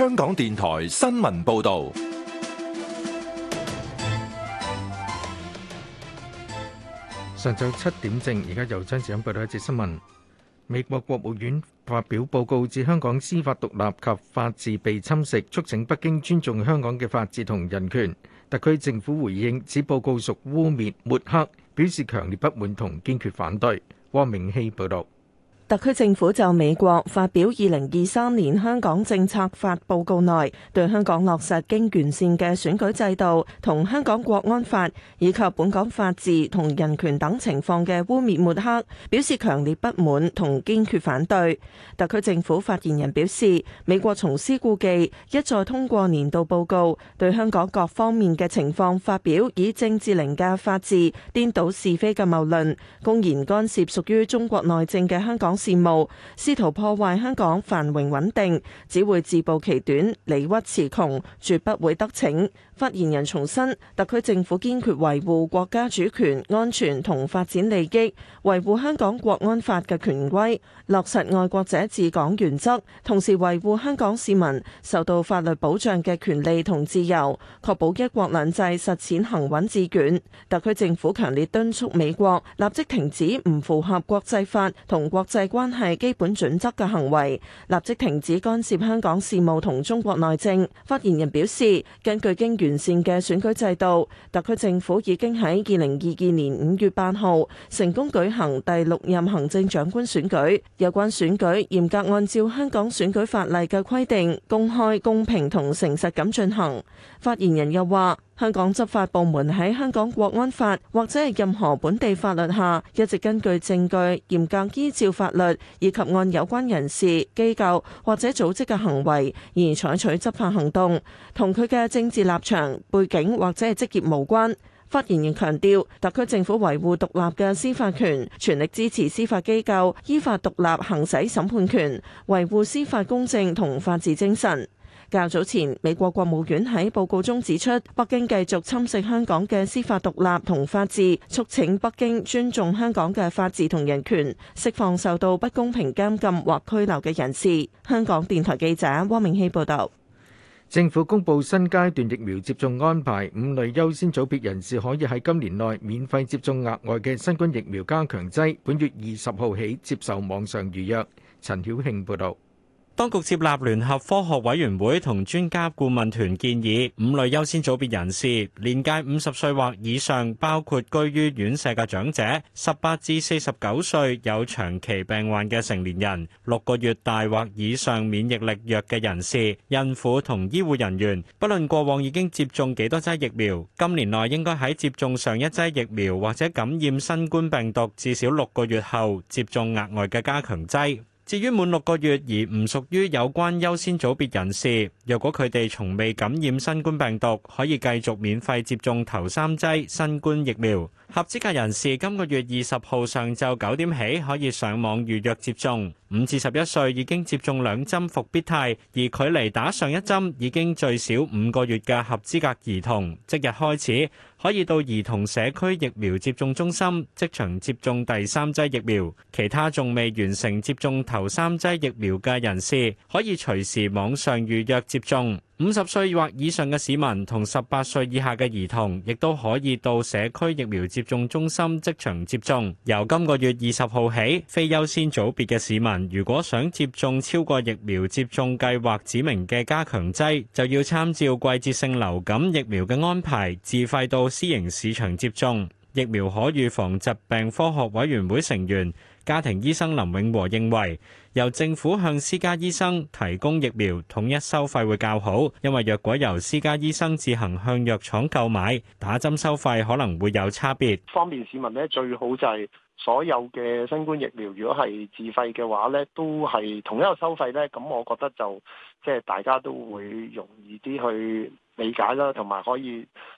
香港電台新聞報道。 上晝7點正，而家由張子欣報道一節新聞。美國國務院發表報告，指香港司法獨立及法治被侵蝕，促請北京尊重香港嘅法治同人權。特區政府回應，指報告屬污蔑抹黑，表示強烈不滿同堅決反對。汪明希報道。 特區政府就美國發表2023年香港政策法報告內，對香港落實經完善嘅選舉制度同香港國安法以及本港法治同人權等情況嘅污蔑抹黑，表示強烈不滿同堅決反對。特區政府發言人表示，美國重施故技，一再通過年度報告對香港各方面嘅情況發表以政治凌駕法治、顛倒是非嘅謬論，公然干涉屬於中國內政嘅香港事務，試圖破壞香港繁榮穩定，只會自暴其短、理屈詞窮，絕不會得逞。發言人重申，特區政府堅決維護國家主權、安全同發展利益，維護香港國安法嘅權威，落實愛國者治港原則，同時維護香港市民受到法律保障嘅權利同自由，確保一國兩制實踐行穩致遠。特區政府強烈敦促美國立即停止唔符合國際法同國際關係基本準則嘅行為，立即停止干涉香港事務同中國內政。發言人表示，根據經完善嘅選舉制度，特區政府已經喺2022年5月8號成功舉行第6任行政長官選舉。有關選舉嚴格按照香港選舉法例嘅規定，公開、公平同誠實咁進行。發言人又話，香港執法部門喺香港國安法或者係任何本地法律下，一直根據證據，嚴格依照法律以及按有關人士、機構或者組織嘅行為而採取執法行動，同佢嘅政治立場、背景或者係職業無關。發言人強調，特區政府維護獨立嘅司法權，全力支持司法機構依法獨立行使審判權，維護司法公正同法治精神。較早前，美國國務院喺報告中指出，北京繼續侵蝕香港嘅司法獨立同法治，促請北京尊重香港嘅法治同人權，釋放受到不公平監禁或拘留嘅人士。香港電台記者汪明希報導。 政府公布新階段疫苗接種安排，5類優先組別人士可以喺今年內免費接種額外嘅新冠疫苗加強劑，本月20號起接受網上預約。陳曉慶報導。 當局接納聯合科學委員會同專家顧問團建議，5類優先組別人士，年屆50歲或以上，包括居於院舍嘅長者，18至49歲有長期病患嘅成年人，6個月大或以上免疫力弱嘅人士，孕婦同醫護人員，不論過往已經接種幾多劑疫苗，今年內應該喺接種上一劑疫苗或者感染新冠病毒至少6個月後接種額外嘅加強劑。至於滿6個月而唔屬於有關優先組別人士，若果佢哋從未感染新冠病毒，可以繼續免費接種頭3劑新冠疫苗。合資格人士今個月20號上晝9點起可以上網預約接種。5至11歲已經接種2針復必泰，而距離打上一針已經最少5個月嘅合資格兒童，即日開始可以到兒童社區疫苗接種中心即場接種第3劑疫苗。其他仲未完成接種頭3劑疫苗嘅人士，可以隨時網上預約接種。50歲或以上嘅市民同18歲以下嘅兒童，亦都可以到社區疫苗接種中心即場接種。由今個月20號起，非優先組別嘅市民，如果想接種超過疫苗接種計劃指明嘅加強劑，就要參照季節性流感疫苗嘅安排，自費到私營市場接種。疫苗可預防疾病科學委員會成員、家庭醫生林永和認為，由政府向私家醫生提供疫苗統一收費會較好，因為若果由私家醫生自行向藥廠購買，打針收費可能會有差別。 方便市民呢，最好就係所有嘅新冠疫苗，如果係自費嘅話呢，都係同一個收費呢。咁我覺得就即係大家都會容易啲去理解啦，同埋可以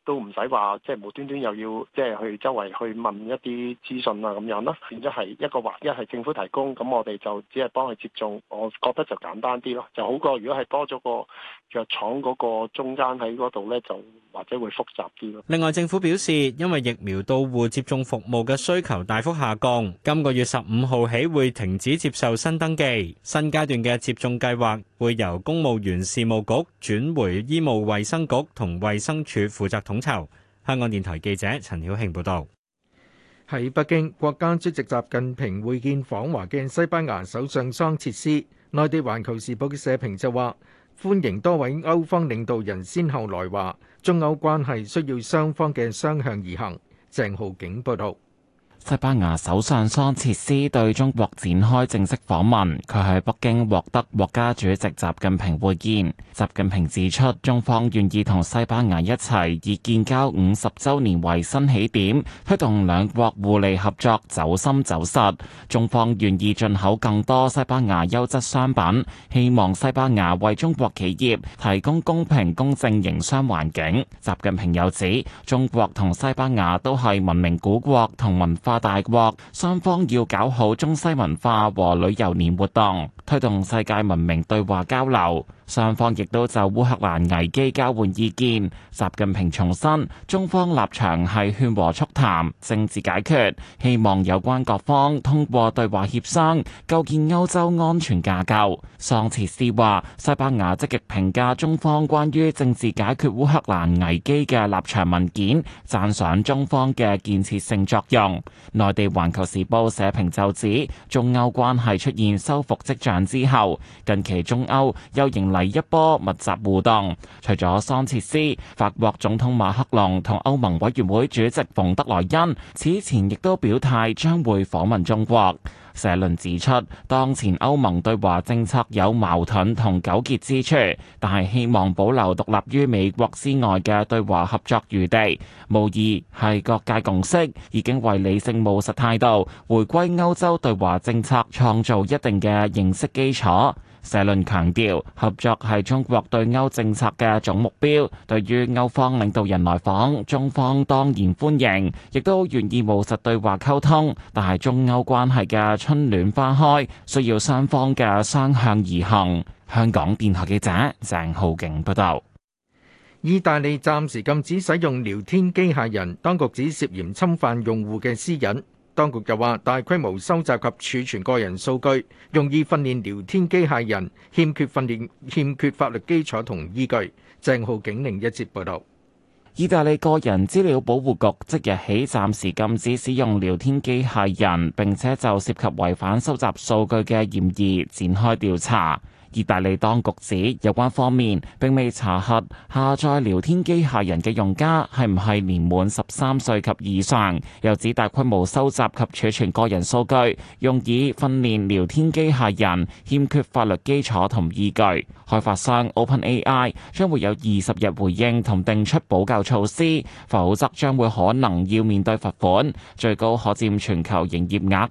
都唔使話即係無端端又要即係去周圍去問一啲資訊啊咁樣啦，變咗係一個劃一係政府提供，咁我哋就只係幫佢接種，我覺得就簡單啲咯，就好過如果係多咗個藥廠嗰個中間喺嗰度呢，就或者會複雜啲咯。 另外，政府表示，因為疫苗到戶接種服務嘅需求大幅下降，今個月15號起會停止接受新登記，新階段嘅接種計劃會由公務員事務局轉回醫務衛生局同衛生署負責統籌。香港電台記者陳曉慶報導。 喺北京，國家主席習近平會見訪華嘅西班牙首相桑切斯。內地環球時報嘅社評就話，歡迎多位歐方領導人先後來華，中歐關係需要雙方嘅雙向而行。鄭浩景報導。 西班牙首相桑切斯對中國展開正式訪問，佢喺北京獲得國家主席習近平會見。習近平指出，中方願意同西班牙一齊以建交50週年為新起點，推動兩國互利合作走深走實。中方願意進口更多西班牙優質商品，希望西班牙為中國企業提供公平公正營商環境。習近平又指，中國同西班牙都係文明古國同文化大國，雙方要搞好中西文化和旅遊年活動，推動世界文明對話交流。雙方亦都就烏克蘭危機交換意見。習近平重申，中方立場係勸和促談、政治解決，希望有關各方通過對話協商，構建歐洲安全架構。桑切斯話，西班牙積極評價中方關於政治解決烏克蘭危機嘅立場文件，讚賞中方嘅建設性作用。內地環球時報社評就指，中歐關係出現修復跡象之後，近期中歐又迎嚟一波密集互動。除咗桑切斯，法國總統馬克龍同歐盟委員會主席馮德萊恩此前亦都表態將會訪問中國。社論指出，當前歐盟對華政策有矛盾同糾結之處，但係希望保留獨立於美國之外嘅對華合作餘地，無疑係各界共識，已經為理性務實態度回歸歐洲對華政策創造一定嘅認識基礎。社論強調，合作係中國對歐政策嘅總目標。對於歐方領導人來訪，中方當然歡迎，亦都願意務實對話溝通。但係中歐關係嘅春暖花開，需要雙方嘅雙向而行。香港電台記者鄭浩景報道。 意大利暫時禁止使用聊天機械人，當局指涉嫌侵犯用戶嘅私隱。當局又話，大規模收集及儲存個人數據，用以訓練聊天機械人，欠缺法律基礎同依據。鄭浩景另一節報導。 意大利個人資料保護局即日起暫時禁止使用聊天機械人，並且就涉及違反收集數據嘅嫌疑展開調查。意大利當局指，有關方面並未查核下載聊天機械人嘅用家係唔係年滿13歲及以上，又指大規模收集及儲存個人數據，用以訓練聊天機械人，欠缺法律基礎同依據。開發商 OpenAI 將會有20日回應同定出補救措施，否則將會可能要面對罰款，最高可佔全球營業額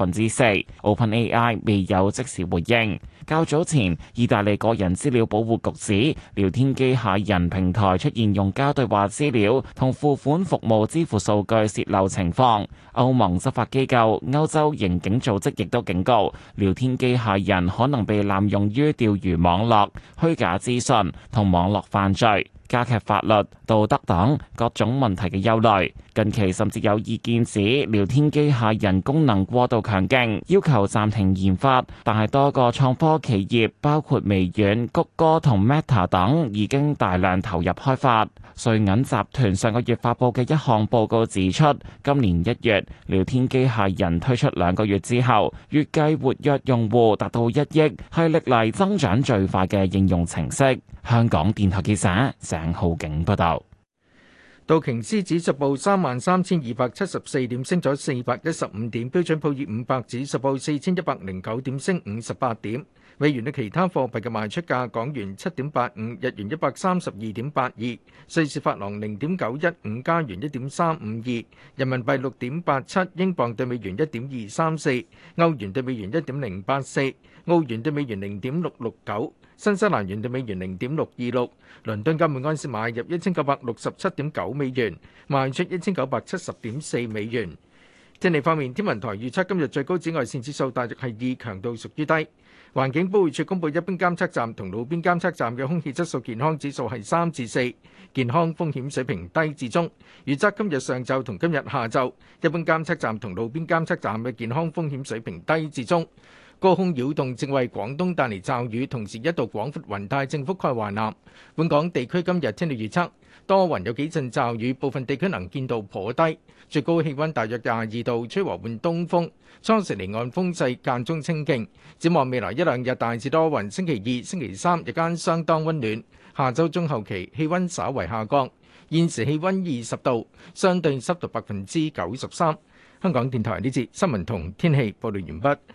4%。OpenAI 未有即時回應。較早前，意大利個人資料保護局指，聊天機械人平台出現用家對話資料同付款服務支付數據洩漏情況。歐盟執法機構、歐洲刑警組織亦都警告，聊天機械人可能被濫用於釣魚網絡、虛假資訊同網絡犯罪，加劇法律、道德等各種問題嘅憂慮。近期甚至有意見指，聊天機械人功能過度強勁，要求暫停研發。但係多個創科企業，包括微軟、谷歌同 Meta 等，已經大量投入開發。瑞銀集團上個月發布嘅一項報告指出，今年1月聊天機械人推出2個月之後，月計活躍用戶達到1億，係歷嚟增長最快嘅應用程式。香港電台記者鄭浩景報道。 道瓊斯指數報33,274點，升咗415點；標準普爾500指數報4109點，升58點。 美元對其他貨幣嘅賣出價：港元7.85，日元132.82，瑞士法郎0.915，加元1.352，人民幣6.87，英鎊對美元1.234，歐元對美元1.084，澳元對美元0.669，新西蘭元對美元0.626。倫敦金每安士買入1967.9美元，賣出1970.4美元。天氣方面，天文台預測今日最高紫外線指數大約係2，強度屬於低。環境保護署公佈一般監測站同路邊監測站嘅空氣質素健康指數係3至4，健康風險水平低至中。預測今日上晝同今日下晝，一般監測站同路邊監測站嘅健康風險水平低至中。高空擾動正為廣東帶嚟驟雨，同時一道廣闊雲帶正覆蓋華南。本港地區今日天氣預測，多雲有幾陣驟雨，部分地區能見度頗低，最高氣溫大約22度，吹和緩東風，初時離岸風勢間中清勁。展望未來一兩日大致多雲，星期二、星期三日間相當溫暖，下週中後期氣溫稍為下降。現時氣溫20度，相對濕度93%。香港電台呢節新聞同天氣報道完畢。